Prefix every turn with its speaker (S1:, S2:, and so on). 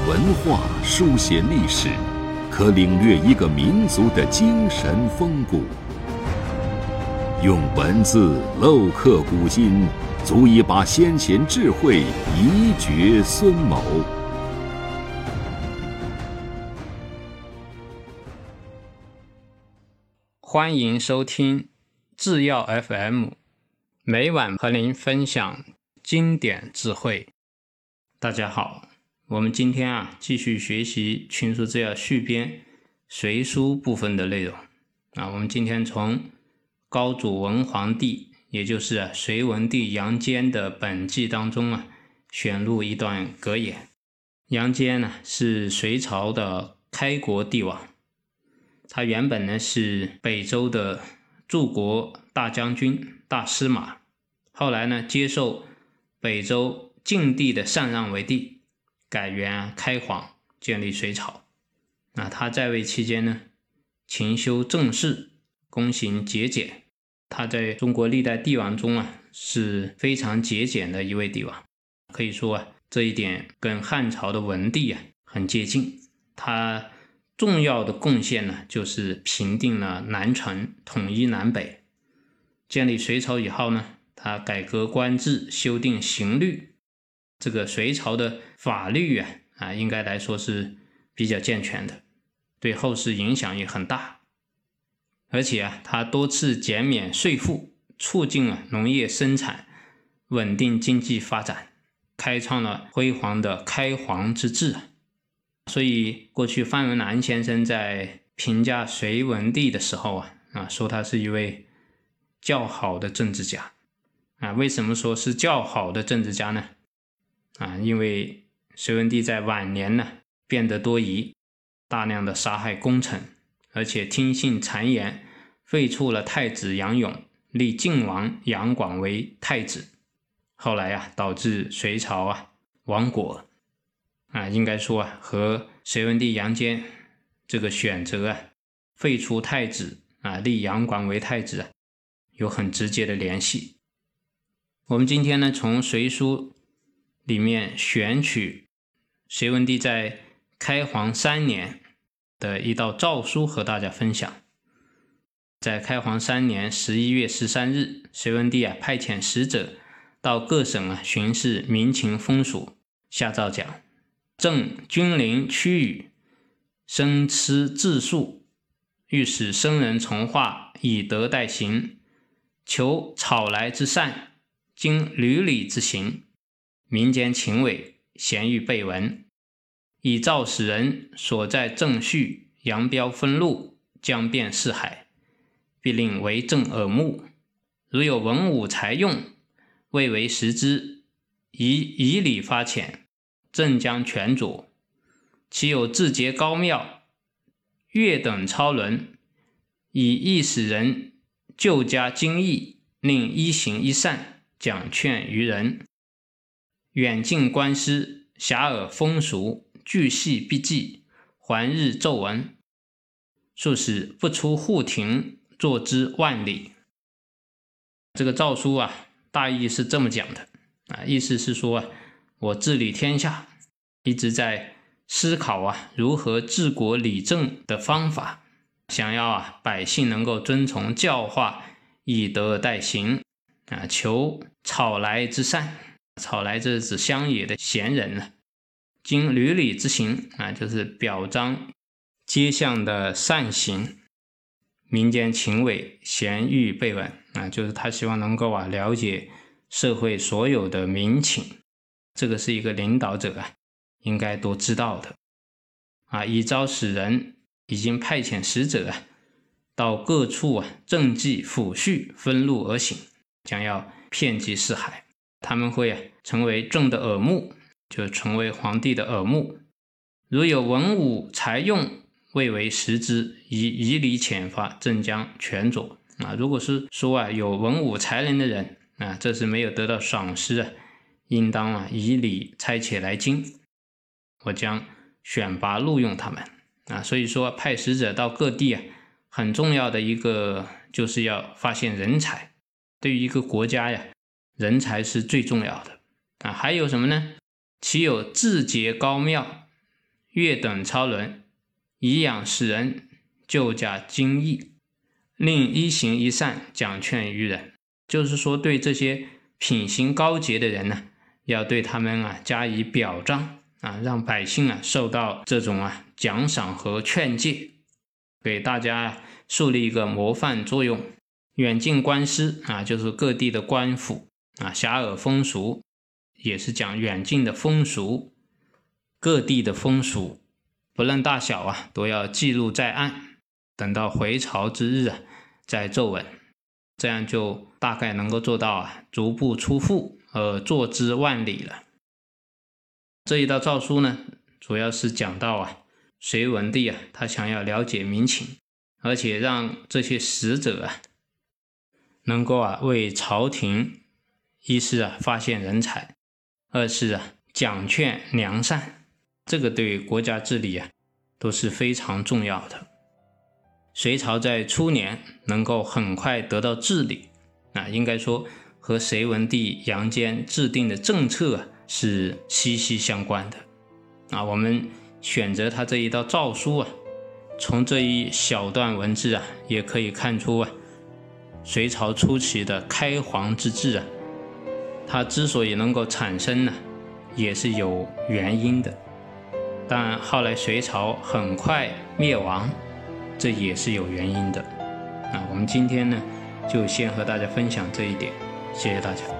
S1: 文化，书写历史，可领略一个民族的精神风骨。用文字镂刻古今，足以把先贤智慧遗绝孙谋。
S2: 欢迎收听制药 FM， 每晚和您分享经典智慧。大家好，我们今天继续学习群书制药续编隋书部分的内容。我们今天从高祖文皇帝，也就是隋文帝杨坚的本纪当中选录一段格言。杨坚是隋朝的开国帝王，他原本是北周的柱国大将军、大司马，后来接受北周晋帝的禅让为帝，改元开皇，建立隋朝。他在位期间勤修政事，躬行节俭。他在中国历代帝王中是非常节俭的一位帝王，可以说这一点跟汉朝的文帝很接近。他重要的贡献就是平定了南陈，统一南北。建立隋朝以后他改革官制，修订刑律。这个隋朝的法律应该来说是比较健全的，对后世影响也很大。而且他多次减免税赋，促进农业生产，稳定经济发展，开创了辉煌的开皇之治。所以过去范文澜先生在评价隋文帝的时候说他是一位较好的政治家。为什么说是较好的政治家呢？因为隋文帝在晚年变得多疑，大量的杀害功臣，而且听信谗言，废黜了太子杨勇，立晋王杨广为太子。后来导致隋朝亡国。应该说和隋文帝杨坚这个选择废除太子立杨广为太子有很直接的联系。我们今天从隋书里面选取隋文帝在开皇3年的一道诏书和大家分享。在开皇3年11月13日，隋文帝派遣使者到各省巡视民情风俗，下诏讲：正君临区域，生吃治术，欲使生人从化，以德待行，求草来之善，经闾里之行，民间情伪，咸欲备闻，以诏使人所在正序，扬标分路，将遍四海，必令为政耳目。如有文武才用，未为时之，以礼发遣，正将权佐。其有志节高妙，乐等超伦，以意使人就加精义，令一行一善，讲劝于人。远近观师，遐迩风俗，巨细必记，还日奏闻，数使不出户庭，作之万里。这个诏书大意是这么讲的意思是说我治理天下，一直在思考如何治国理政的方法，想要百姓能够遵从教化，以德待行求草来之善。草来这是指乡野的贤人经闾里之行就是表彰街巷的善行，民间情伪，咸欲备闻就是他希望能够了解社会所有的民情，这个是一个领导者应该都知道的以招使人，已经派遣使者到各处政绩抚恤分路而行，将要遍及四海。他们会成为政的耳目，就成为皇帝的耳目。如有文武才用，未为时之，以礼遣发，正将权佐如果是说有文武才能的人这是没有得到赏识应当以礼差遣来京，我将选拔录用他们所以说派使者到各地很重要的一个就是要发现人才。对于一个国家人才是最重要的还有什么呢？其有志节高妙， 月等超伦，以养世人，救驾精义，令一行一善，讲劝于人。就是说对这些品行高洁的人呢，要对他们加以表彰让百姓受到这种奖赏和劝诫，给大家树立一个模范作用。远近官司就是各地的官府遐迩风俗，也是讲远近的风俗，各地的风俗不论大小都要记录在案，等到回朝之日再奏闻，这样就大概能够做到逐步出户而作之万里了。这一道诏书呢，主要是讲到隋文帝他想要了解民情，而且让这些使者能够为朝廷一是发现人才，二是讲劝良善，这个对国家治理都是非常重要的。隋朝在初年能够很快得到治理应该说和隋文帝杨坚制定的政策是息息相关的我们选择他这一道诏书从这一小段文字也可以看出隋朝初期的开皇之治它之所以能够产生呢，也是有原因的。但后来隋朝很快灭亡，这也是有原因的。我们今天呢，就先和大家分享这一点，谢谢大家。